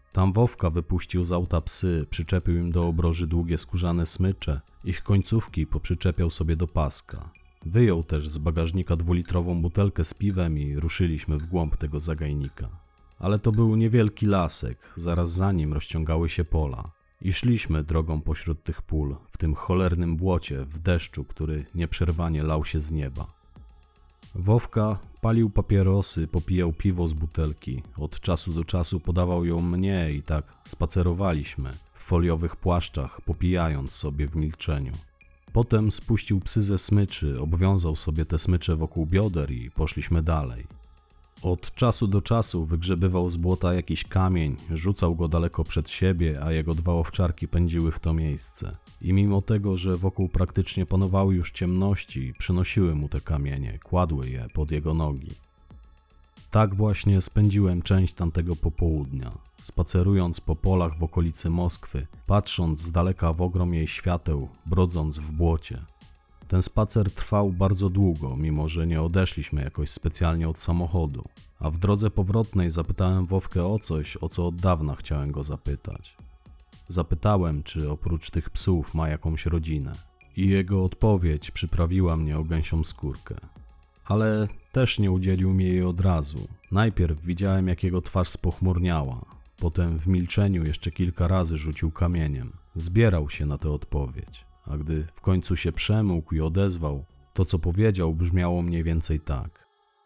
Tam Wowka wypuścił z auta psy, przyczepił im do obroży długie skórzane smycze, ich końcówki poprzyczepiał sobie do paska. Wyjął też z bagażnika 2-litrową butelkę z piwem i ruszyliśmy w głąb tego zagajnika. Ale to był niewielki lasek, zaraz za nim rozciągały się pola. I szliśmy drogą pośród tych pól, w tym cholernym błocie, w deszczu, który nieprzerwanie lał się z nieba. Wowka palił papierosy, popijał piwo z butelki, od czasu do czasu podawał ją mnie i tak spacerowaliśmy w foliowych płaszczach, popijając sobie w milczeniu. Potem spuścił psy ze smyczy, obwiązał sobie te smycze wokół bioder i poszliśmy dalej. Od czasu do czasu wygrzebywał z błota jakiś kamień, rzucał go daleko przed siebie, a jego 2 owczarki pędziły w to miejsce. I mimo tego, że wokół praktycznie panowały już ciemności, przynosiły mu te kamienie, kładły je pod jego nogi. Tak właśnie spędziłem część tamtego popołudnia, spacerując po polach w okolicy Moskwy, patrząc z daleka w ogrom jej świateł, brodząc w błocie. Ten spacer trwał bardzo długo, mimo że nie odeszliśmy jakoś specjalnie od samochodu, a w drodze powrotnej zapytałem Wowkę o coś, o co od dawna chciałem go zapytać. Zapytałem, czy oprócz tych psów ma jakąś rodzinę i jego odpowiedź przyprawiła mnie o gęsią skórkę. Ale też nie udzielił mi jej od razu. Najpierw widziałem, jak jego twarz spochmurniała, potem w milczeniu jeszcze kilka razy rzucił kamieniem. Zbierał się na tę odpowiedź. A gdy w końcu się przemógł i odezwał, to co powiedział brzmiało mniej więcej tak.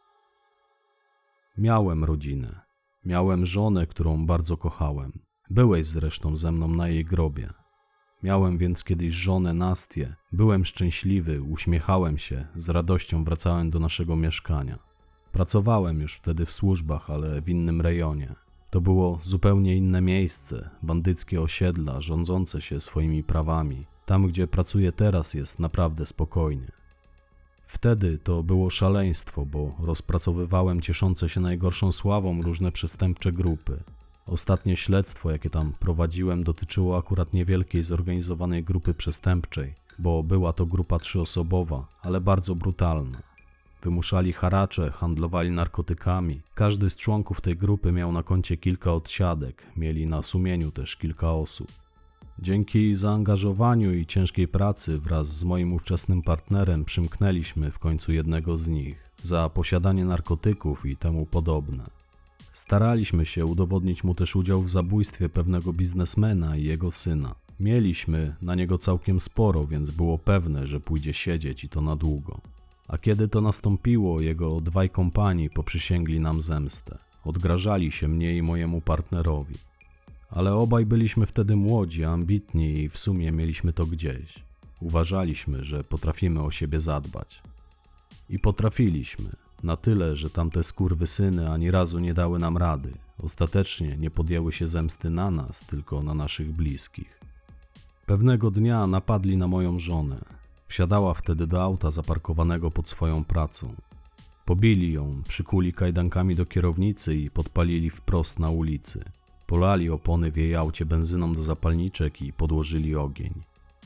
Miałem rodzinę. Miałem żonę, którą bardzo kochałem. Byłeś zresztą ze mną na jej grobie. Miałem więc kiedyś żonę Nastię. Byłem szczęśliwy, uśmiechałem się, z radością wracałem do naszego mieszkania. Pracowałem już wtedy w służbach, ale w innym rejonie. To było zupełnie inne miejsce, bandyckie osiedla, rządzące się swoimi prawami. Tam, gdzie pracuję teraz, jest naprawdę spokojnie. Wtedy to było szaleństwo, bo rozpracowywałem cieszące się najgorszą sławą różne przestępcze grupy. Ostatnie śledztwo, jakie tam prowadziłem, dotyczyło akurat niewielkiej zorganizowanej grupy przestępczej, bo była to grupa 3-osobowa, ale bardzo brutalna. Wymuszali haracze, handlowali narkotykami. Każdy z członków tej grupy miał na koncie kilka odsiadek, mieli na sumieniu też kilka osób. Dzięki zaangażowaniu i ciężkiej pracy wraz z moim ówczesnym partnerem przymknęliśmy w końcu jednego z nich za posiadanie narkotyków i temu podobne. Staraliśmy się udowodnić mu też udział w zabójstwie pewnego biznesmena i jego syna. Mieliśmy na niego całkiem sporo, więc było pewne, że pójdzie siedzieć i to na długo. A kiedy to nastąpiło, jego 2 kompanii poprzysięgli nam zemstę. Odgrażali się mnie i mojemu partnerowi. Ale obaj byliśmy wtedy młodzi, ambitni i w sumie mieliśmy to gdzieś. Uważaliśmy, że potrafimy o siebie zadbać. I potrafiliśmy. Na tyle, że tamte skurwysyny ani razu nie dały nam rady. Ostatecznie nie podjęły się zemsty na nas, tylko na naszych bliskich. Pewnego dnia napadli na moją żonę. Wsiadała wtedy do auta zaparkowanego pod swoją pracą. Pobili ją, przykuli kajdankami do kierownicy i podpalili wprost na ulicy. Polali opony w jej aucie benzyną do zapalniczek i podłożyli ogień.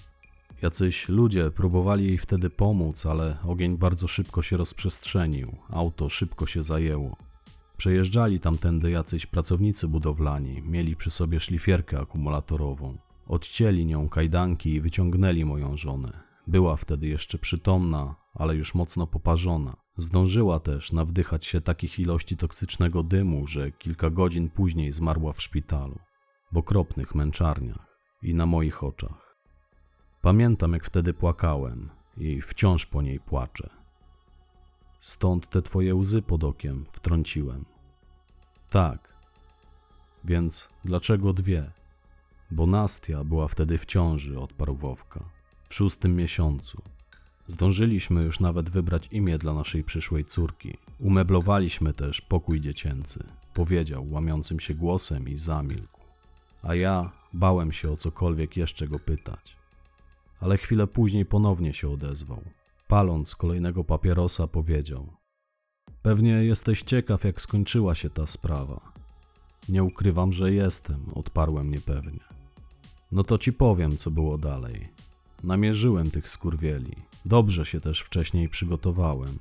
Jacyś ludzie próbowali jej wtedy pomóc, ale ogień bardzo szybko się rozprzestrzenił, auto szybko się zajęło. Przejeżdżali tamtędy jacyś pracownicy budowlani, mieli przy sobie szlifierkę akumulatorową. Odcięli nią kajdanki i wyciągnęli moją żonę. Była wtedy jeszcze przytomna, ale już mocno poparzona. Zdążyła też nawdychać się takich ilości toksycznego dymu, że kilka godzin później zmarła w szpitalu, w okropnych męczarniach i na moich oczach. Pamiętam, jak wtedy płakałem i wciąż po niej płaczę. Stąd te twoje łzy pod okiem, wtrąciłem. Tak. Więc dlaczego 2? Bo Nastia była wtedy w ciąży, odparł Wowka. W 6. miesiącu. Zdążyliśmy już nawet wybrać imię dla naszej przyszłej córki. Umeblowaliśmy też pokój dziecięcy, powiedział łamiącym się głosem i zamilkł. A ja bałem się o cokolwiek jeszcze go pytać. Ale chwilę później ponownie się odezwał. Paląc kolejnego papierosa powiedział. Pewnie jesteś ciekaw, jak skończyła się ta sprawa. Nie ukrywam, że jestem, odparłem niepewnie. No to ci powiem, co było dalej. Namierzyłem tych skurwieli. Dobrze się też wcześniej przygotowałem.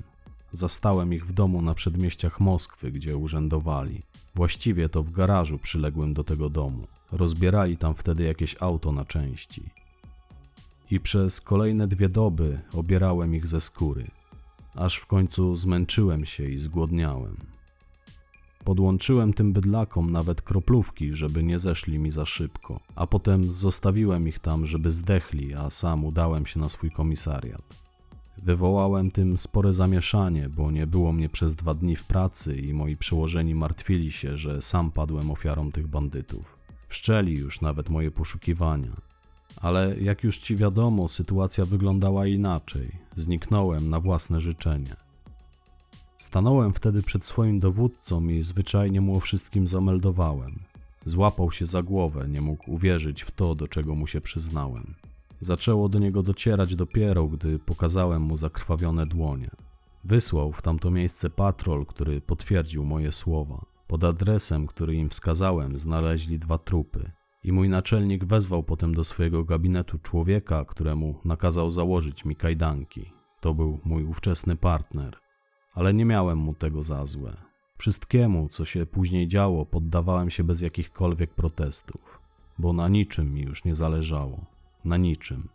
Zastałem ich w domu na przedmieściach Moskwy, gdzie urzędowali. Właściwie to w garażu przyległym do tego domu. Rozbierali tam wtedy jakieś auto na części. I przez kolejne 2 doby obierałem ich ze skóry. Aż w końcu zmęczyłem się i zgłodniałem. Podłączyłem tym bydlakom nawet kroplówki, żeby nie zeszli mi za szybko, a potem zostawiłem ich tam, żeby zdechli, a sam udałem się na swój komisariat. Wywołałem tym spore zamieszanie, bo nie było mnie przez 2 dni w pracy i moi przełożeni martwili się, że sam padłem ofiarą tych bandytów. Wszczęli już nawet moje poszukiwania. Ale jak już ci wiadomo, sytuacja wyglądała inaczej. Zniknąłem na własne życzenie. Stanąłem wtedy przed swoim dowódcą i zwyczajnie mu o wszystkim zameldowałem. Złapał się za głowę, nie mógł uwierzyć w to, do czego mu się przyznałem. Zaczęło do niego docierać dopiero, gdy pokazałem mu zakrwawione dłonie. Wysłał w tamto miejsce patrol, który potwierdził moje słowa. Pod adresem, który im wskazałem, znaleźli 2 trupy. I mój naczelnik wezwał potem do swojego gabinetu człowieka, któremu nakazał założyć mi kajdanki. To był mój ówczesny partner. Ale nie miałem mu tego za złe. Wszystkiemu, co się później działo, poddawałem się bez jakichkolwiek protestów, bo na niczym mi już nie zależało. Na niczym.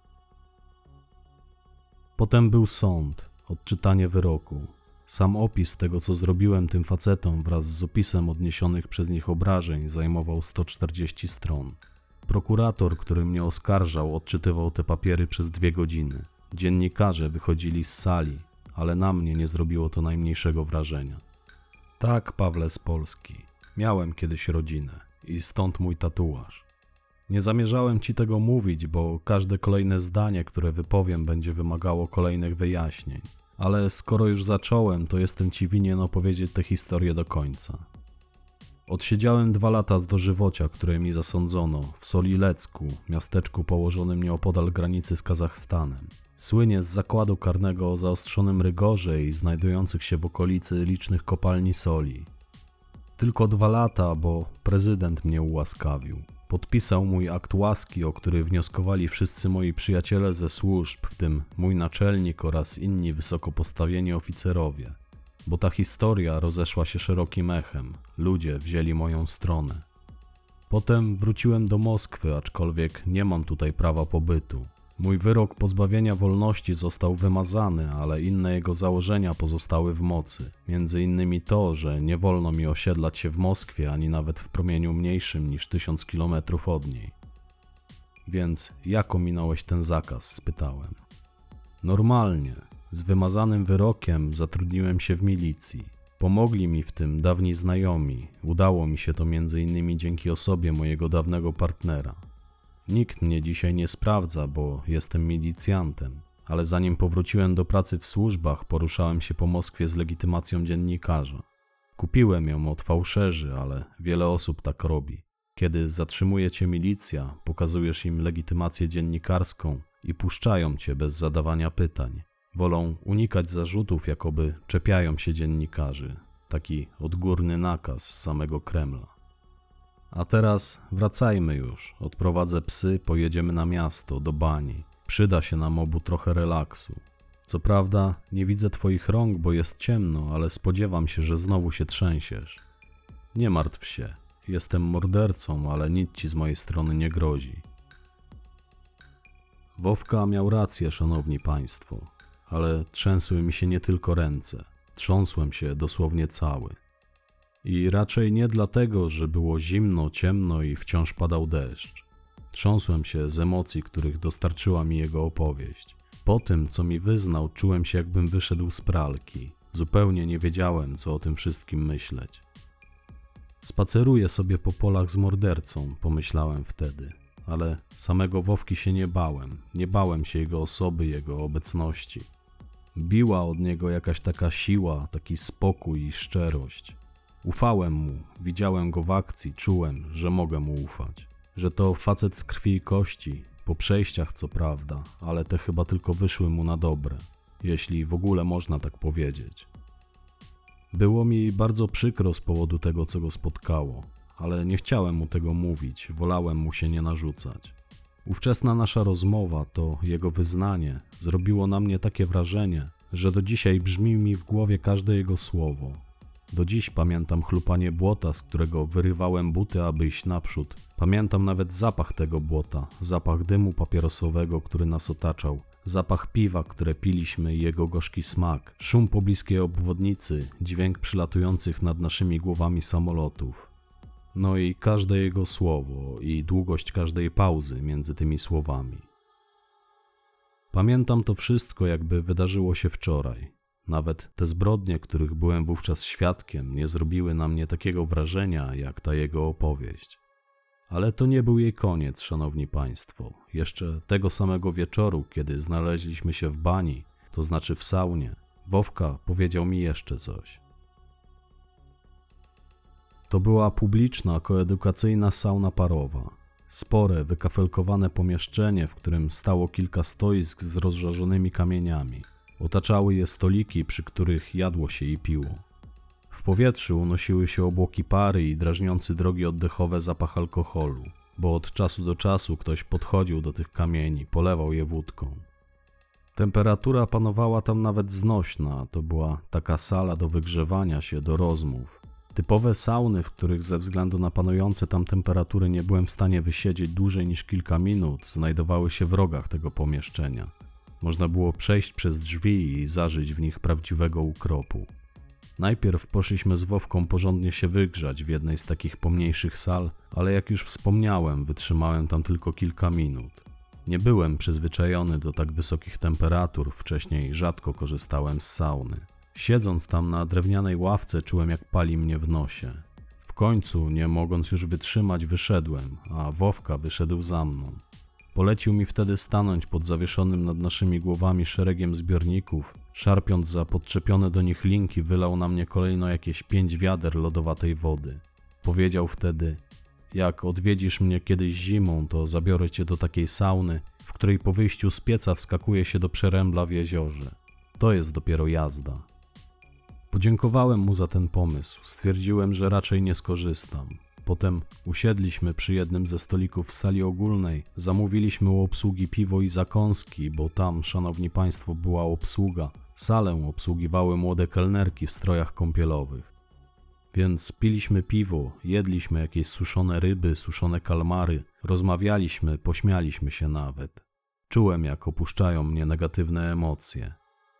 Potem był sąd, odczytanie wyroku. Sam opis tego, co zrobiłem tym facetom wraz z opisem odniesionych przez nich obrażeń zajmował 140 stron. Prokurator, który mnie oskarżał, odczytywał te papiery przez 2 godziny. Dziennikarze wychodzili z sali, ale na mnie nie zrobiło to najmniejszego wrażenia. Tak, Pawle z Polski, miałem kiedyś rodzinę i stąd mój tatuaż. Nie zamierzałem ci tego mówić, bo każde kolejne zdanie, które wypowiem, będzie wymagało kolejnych wyjaśnień. Ale skoro już zacząłem, to jestem ci winien opowiedzieć tę historię do końca. Odsiedziałem 2 lata z dożywocia, które mi zasądzono w Solilecku, miasteczku położonym nieopodal granicy z Kazachstanem. Słynie z zakładu karnego o zaostrzonym rygorze i znajdujących się w okolicy licznych kopalni soli. Tylko 2 lata, bo prezydent mnie ułaskawił. Podpisał mój akt łaski, o który wnioskowali wszyscy moi przyjaciele ze służb, w tym mój naczelnik oraz inni wysoko postawieni oficerowie. Bo ta historia rozeszła się szerokim echem. Ludzie wzięli moją stronę. Potem wróciłem do Moskwy, aczkolwiek nie mam tutaj prawa pobytu. Mój wyrok pozbawienia wolności został wymazany, ale inne jego założenia pozostały w mocy. Między innymi to, że nie wolno mi osiedlać się w Moskwie, ani nawet w promieniu mniejszym niż 1000 kilometrów od niej. Więc jak ominąłeś ten zakaz? Spytałem. Normalnie. Z wymazanym wyrokiem zatrudniłem się w milicji. Pomogli mi w tym dawni znajomi. Udało mi się to między innymi dzięki osobie mojego dawnego partnera. Nikt mnie dzisiaj nie sprawdza, bo jestem milicjantem, ale zanim powróciłem do pracy w służbach, poruszałem się po Moskwie z legitymacją dziennikarza. Kupiłem ją od fałszerzy, ale wiele osób tak robi. Kiedy zatrzymuje cię milicja, pokazujesz im legitymację dziennikarską i puszczają cię bez zadawania pytań. Wolą unikać zarzutów, jakoby czepiają się dziennikarzy. Taki odgórny nakaz z samego Kremla. A teraz wracajmy już. Odprowadzę psy, pojedziemy na miasto, do bani. Przyda się nam obu trochę relaksu. Co prawda nie widzę twoich rąk, bo jest ciemno, ale spodziewam się, że znowu się trzęsiesz. Nie martw się. Jestem mordercą, ale nic ci z mojej strony nie grozi. Wowka miał rację, szanowni państwo, ale trzęsły mi się nie tylko ręce. Trząsłem się dosłownie cały. I raczej nie dlatego, że było zimno, ciemno i wciąż padał deszcz. Trząsłem się z emocji, których dostarczyła mi jego opowieść. Po tym, co mi wyznał, czułem się, jakbym wyszedł z pralki. Zupełnie nie wiedziałem, co o tym wszystkim myśleć. Spaceruję sobie po polach z mordercą, pomyślałem wtedy. Ale samego Wowki się nie bałem. Nie bałem się jego osoby, jego obecności. Biła od niego jakaś taka siła, taki spokój i szczerość. Ufałem mu, widziałem go w akcji, czułem, że mogę mu ufać. Że to facet z krwi i kości, po przejściach co prawda, ale te chyba tylko wyszły mu na dobre, jeśli w ogóle można tak powiedzieć. Było mi bardzo przykro z powodu tego, co go spotkało, ale nie chciałem mu tego mówić, wolałem mu się nie narzucać. Ówczesna nasza rozmowa, to jego wyznanie, zrobiło na mnie takie wrażenie, że do dzisiaj brzmi mi w głowie każde jego słowo. Do dziś pamiętam chlupanie błota, z którego wyrywałem buty, aby iść naprzód. Pamiętam nawet zapach tego błota, zapach dymu papierosowego, który nas otaczał, zapach piwa, które piliśmy i jego gorzki smak, szum pobliskiej obwodnicy, dźwięk przylatujących nad naszymi głowami samolotów. No i każde jego słowo i długość każdej pauzy między tymi słowami. Pamiętam to wszystko, jakby wydarzyło się wczoraj. Nawet te zbrodnie, których byłem wówczas świadkiem, nie zrobiły na mnie takiego wrażenia, jak ta jego opowieść. Ale to nie był jej koniec, szanowni państwo. Jeszcze tego samego wieczoru, kiedy znaleźliśmy się w bani, to znaczy w saunie, Wowka powiedział mi jeszcze coś. To była publiczna, koedukacyjna sauna parowa. Spore, wykafelkowane pomieszczenie, w którym stało kilka stoisk z rozżarzonymi kamieniami. Otaczały je stoliki, przy których jadło się i piło. W powietrzu unosiły się obłoki pary i drażniący drogi oddechowe zapach alkoholu, bo od czasu do czasu ktoś podchodził do tych kamieni, polewał je wódką. Temperatura panowała tam nawet znośna, to była taka sala do wygrzewania się, do rozmów. Typowe sauny, w których ze względu na panujące tam temperatury nie byłem w stanie wysiedzieć dłużej niż kilka minut, znajdowały się w rogach tego pomieszczenia. Można było przejść przez drzwi i zażyć w nich prawdziwego ukropu. Najpierw poszliśmy z Wowką porządnie się wygrzać w jednej z takich pomniejszych sal, ale jak już wspomniałem, wytrzymałem tam tylko kilka minut. Nie byłem przyzwyczajony do tak wysokich temperatur, wcześniej rzadko korzystałem z sauny. Siedząc tam na drewnianej ławce, czułem, jak pali mnie w nosie. W końcu, nie mogąc już wytrzymać, wyszedłem, a Wowka wyszedł za mną. Polecił mi wtedy stanąć pod zawieszonym nad naszymi głowami szeregiem zbiorników. Szarpiąc za podczepione do nich linki, wylał na mnie kolejno jakieś 5 wiader lodowatej wody. Powiedział wtedy: jak odwiedzisz mnie kiedyś zimą, to zabiorę cię do takiej sauny, w której po wyjściu z pieca wskakuje się do przerębla w jeziorze. To jest dopiero jazda. Podziękowałem mu za ten pomysł. Stwierdziłem, że raczej nie skorzystam. Potem usiedliśmy przy jednym ze stolików w sali ogólnej, zamówiliśmy u obsługi piwo i zakąski, bo tam, szanowni państwo, była obsługa. Salę obsługiwały młode kelnerki w strojach kąpielowych. Więc piliśmy piwo, jedliśmy jakieś suszone ryby, suszone kalmary, rozmawialiśmy, pośmialiśmy się nawet. Czułem, jak opuszczają mnie negatywne emocje.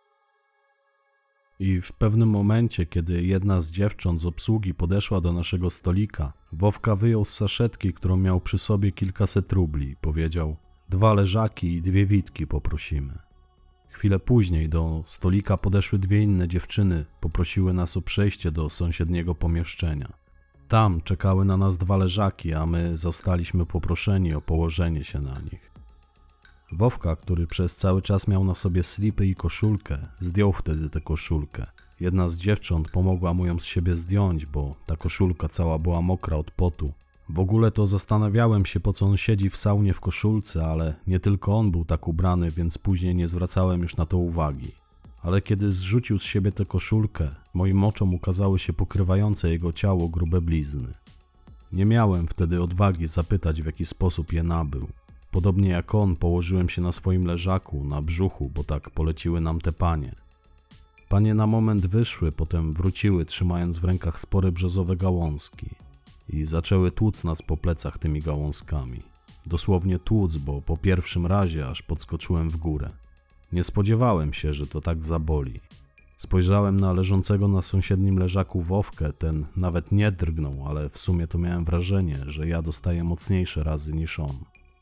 I w pewnym momencie, kiedy jedna z dziewcząt z obsługi podeszła do naszego stolika, Wowka wyjął z saszetki, którą miał przy sobie, kilkaset rubli. Powiedział: 2 leżaki i 2 witki poprosimy. Chwilę później do stolika podeszły 2 inne dziewczyny, poprosiły nas o przejście do sąsiedniego pomieszczenia. Tam czekały na nas 2 leżaki, a my zostaliśmy poproszeni o położenie się na nich. Wowka, który przez cały czas miał na sobie slipy i koszulkę, zdjął wtedy tę koszulkę. Jedna z dziewcząt pomogła mu ją z siebie zdjąć, bo ta koszulka cała była mokra od potu. W ogóle to zastanawiałem się, po co on siedzi w saunie w koszulce, ale nie tylko on był tak ubrany, więc później nie zwracałem już na to uwagi. Ale kiedy zrzucił z siebie tę koszulkę, moim oczom ukazały się pokrywające jego ciało grube blizny. Nie miałem wtedy odwagi zapytać, w jaki sposób je nabył. Podobnie jak on, położyłem się na swoim leżaku, na brzuchu, bo tak poleciły nam te panie. Panie na moment wyszły, potem wróciły, trzymając w rękach spore brzozowe gałązki i zaczęły tłuc nas po plecach tymi gałązkami. Dosłownie tłuc, bo po pierwszym razie aż podskoczyłem w górę. Nie spodziewałem się, że to tak zaboli. Spojrzałem na leżącego na sąsiednim leżaku Wowkę, ten nawet nie drgnął, ale w sumie to miałem wrażenie, że ja dostaję mocniejsze razy niż on.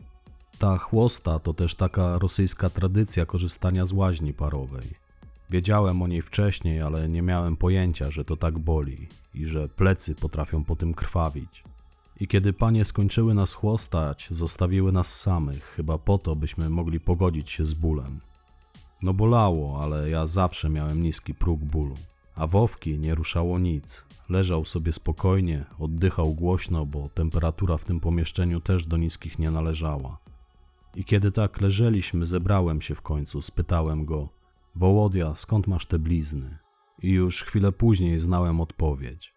Ta chłosta to też taka rosyjska tradycja korzystania z łaźni parowej. Wiedziałem o niej wcześniej, ale nie miałem pojęcia, że to tak boli i że plecy potrafią po tym krwawić. I kiedy panie skończyły nas chłostać, zostawiły nas samych, chyba po to, byśmy mogli pogodzić się z bólem. No bolało, ale ja zawsze miałem niski próg bólu. A Wowki nie ruszało nic. Leżał sobie spokojnie, oddychał głośno, bo temperatura w tym pomieszczeniu też do niskich nie należała. I kiedy tak leżeliśmy, zebrałem się w końcu, spytałem go: Wołodia, skąd masz te blizny? I już chwilę później znałem odpowiedź.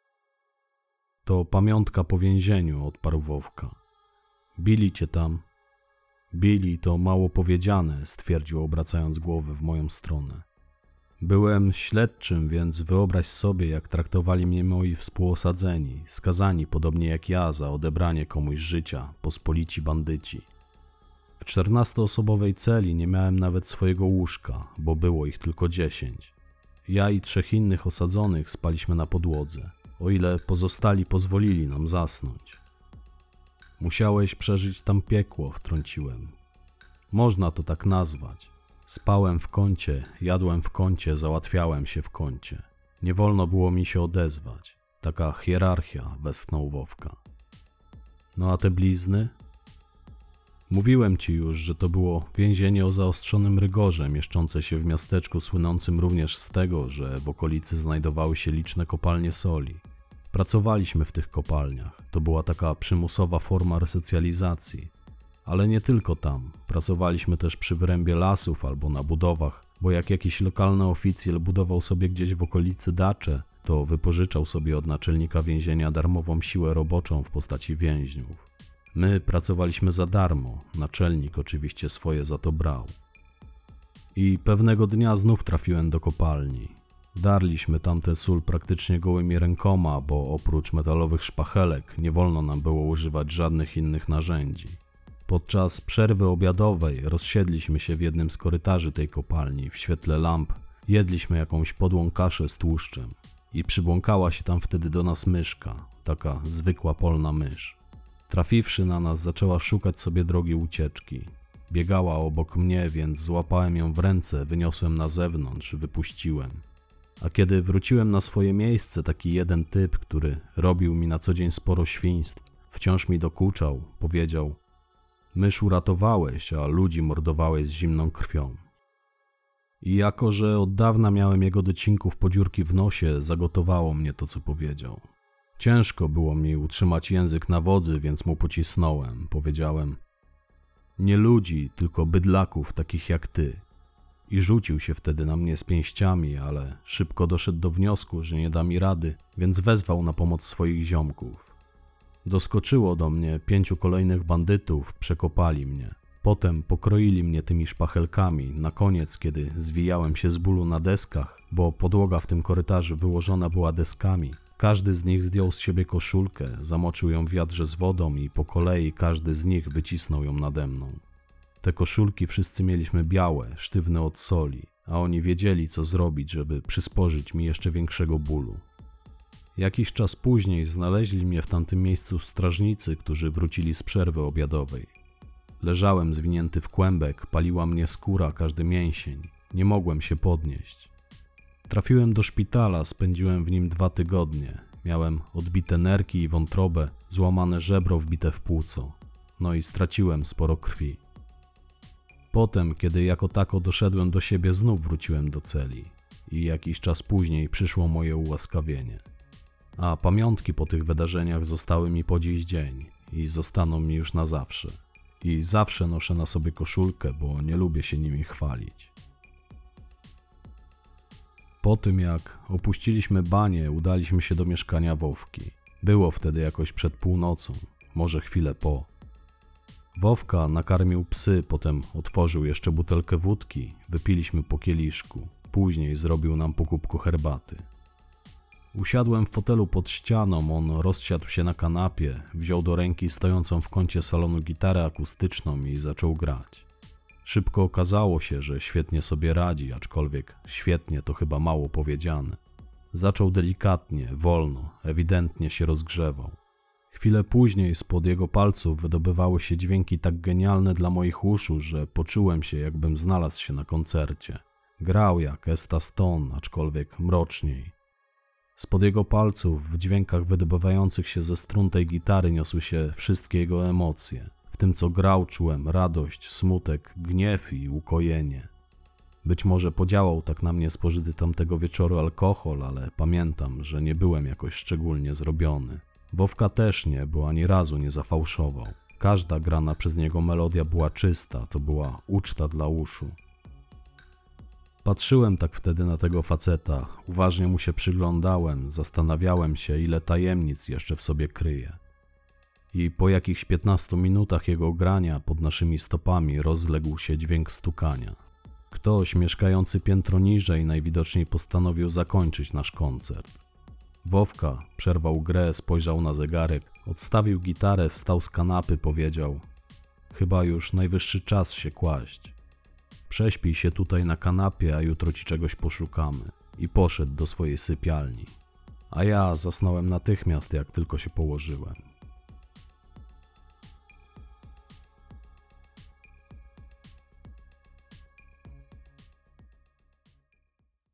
To pamiątka po więzieniu, odparł Wowka. Bili cię tam? Bili to mało powiedziane, stwierdził, obracając głowę w moją stronę. Byłem śledczym, więc wyobraź sobie, jak traktowali mnie moi współosadzeni, skazani podobnie jak ja za odebranie komuś życia, pospolici bandyci. W 14-osobowej celi nie miałem nawet swojego łóżka, bo było ich tylko 10. Ja i 3 innych osadzonych spaliśmy na podłodze, o ile pozostali pozwolili nam zasnąć. Musiałeś przeżyć tam piekło, wtrąciłem. Można to tak nazwać. Spałem w kącie, jadłem w kącie, załatwiałem się w kącie. Nie wolno było mi się odezwać. Taka hierarchia, westchnął Wowka. No a te blizny? Mówiłem ci już, że to było więzienie o zaostrzonym rygorze, mieszczące się w miasteczku słynącym również z tego, że w okolicy znajdowały się liczne kopalnie soli. Pracowaliśmy w tych kopalniach. To była taka przymusowa forma resocjalizacji. Ale nie tylko tam. Pracowaliśmy też przy wyrębie lasów albo na budowach, bo jak jakiś lokalny oficjel budował sobie gdzieś w okolicy dacze, to wypożyczał sobie od naczelnika więzienia darmową siłę roboczą w postaci więźniów. My pracowaliśmy za darmo, naczelnik oczywiście swoje za to brał. I pewnego dnia znów trafiłem do kopalni. Darliśmy tamtę sól praktycznie gołymi rękoma, bo oprócz metalowych szpachelek nie wolno nam było używać żadnych innych narzędzi. Podczas przerwy obiadowej rozsiedliśmy się w jednym z korytarzy tej kopalni w świetle lamp, jedliśmy jakąś podłą kaszę z tłuszczem i przybłąkała się tam wtedy do nas myszka, taka zwykła polna mysz. Trafiwszy na nas, zaczęła szukać sobie drogi ucieczki. Biegała obok mnie, więc złapałem ją w ręce, wyniosłem na zewnątrz, wypuściłem. A kiedy wróciłem na swoje miejsce, taki jeden typ, który robił mi na co dzień sporo świństw, wciąż mi dokuczał, powiedział: mysz uratowałeś, a ludzi mordowałeś z zimną krwią. I jako, że od dawna miałem jego docinków podziurki w nosie, zagotowało mnie to, co powiedział. Ciężko było mi utrzymać język na wody, więc mu pocisnąłem. Powiedziałem: nie ludzi, tylko bydlaków takich jak ty. I rzucił się wtedy na mnie z pięściami, ale szybko doszedł do wniosku, że nie da mi rady, więc wezwał na pomoc swoich ziomków. Doskoczyło do mnie 5 kolejnych bandytów, przekopali mnie. Potem pokroili mnie tymi szpachelkami. Na koniec, kiedy zwijałem się z bólu na deskach, bo podłoga w tym korytarzu wyłożona była deskami, każdy z nich zdjął z siebie koszulkę, zamoczył ją w wiadrze z wodą i po kolei każdy z nich wycisnął ją nade mną. Te koszulki wszyscy mieliśmy białe, sztywne od soli, a oni wiedzieli, co zrobić, żeby przysporzyć mi jeszcze większego bólu. Jakiś czas później znaleźli mnie w tamtym miejscu strażnicy, którzy wrócili z przerwy obiadowej. Leżałem zwinięty w kłębek, paliła mnie skóra, każdy mięsień. Nie mogłem się podnieść. Trafiłem do szpitala, spędziłem w nim 2 tygodnie. Miałem odbite nerki i wątrobę, złamane żebro wbite w płuco. No i straciłem sporo krwi. Potem, kiedy jako tako doszedłem do siebie, znów wróciłem do celi. I jakiś czas później przyszło moje ułaskawienie. A pamiątki po tych wydarzeniach zostały mi po dziś dzień i zostaną mi już na zawsze. I zawsze noszę na sobie koszulkę, bo nie lubię się nimi chwalić. Po tym jak opuściliśmy banię, udaliśmy się do mieszkania Wowki. Było wtedy jakoś przed północą, może chwilę po. Wowka nakarmił psy, potem otworzył jeszcze butelkę wódki, wypiliśmy po kieliszku. Później zrobił nam po kubku herbaty. Usiadłem w fotelu pod ścianą, on rozsiadł się na kanapie, wziął do ręki stojącą w kącie salonu gitarę akustyczną i zaczął grać. Szybko okazało się, że świetnie sobie radzi, aczkolwiek świetnie to chyba mało powiedziane. Zaczął delikatnie, wolno, ewidentnie się rozgrzewał. Chwilę później spod jego palców wydobywały się dźwięki tak genialne dla moich uszu, że poczułem się, jakbym znalazł się na koncercie. Grał jak Esta Stone, aczkolwiek mroczniej. Spod jego palców w dźwiękach wydobywających się ze strun tej gitary niosły się wszystkie jego emocje. W tym co grał czułem radość, smutek, gniew i ukojenie. Być może podziałał tak na mnie spożyty tamtego wieczoru alkohol, ale pamiętam, że nie byłem jakoś szczególnie zrobiony. Wowka też nie, bo ani razu nie zafałszował. Każda grana przez niego melodia była czysta, to była uczta dla uszu. Patrzyłem tak wtedy na tego faceta, uważnie mu się przyglądałem, zastanawiałem się, ile tajemnic jeszcze w sobie kryje. I po jakichś 15 minutach jego grania pod naszymi stopami rozległ się dźwięk stukania. Ktoś mieszkający piętro niżej najwidoczniej postanowił zakończyć nasz koncert. Wowka przerwał grę, spojrzał na zegarek, odstawił gitarę, wstał z kanapy, powiedział: chyba już najwyższy czas się kłaść. Prześpij się tutaj na kanapie, a jutro ci czegoś poszukamy. I poszedł do swojej sypialni. A ja zasnąłem natychmiast, jak tylko się położyłem.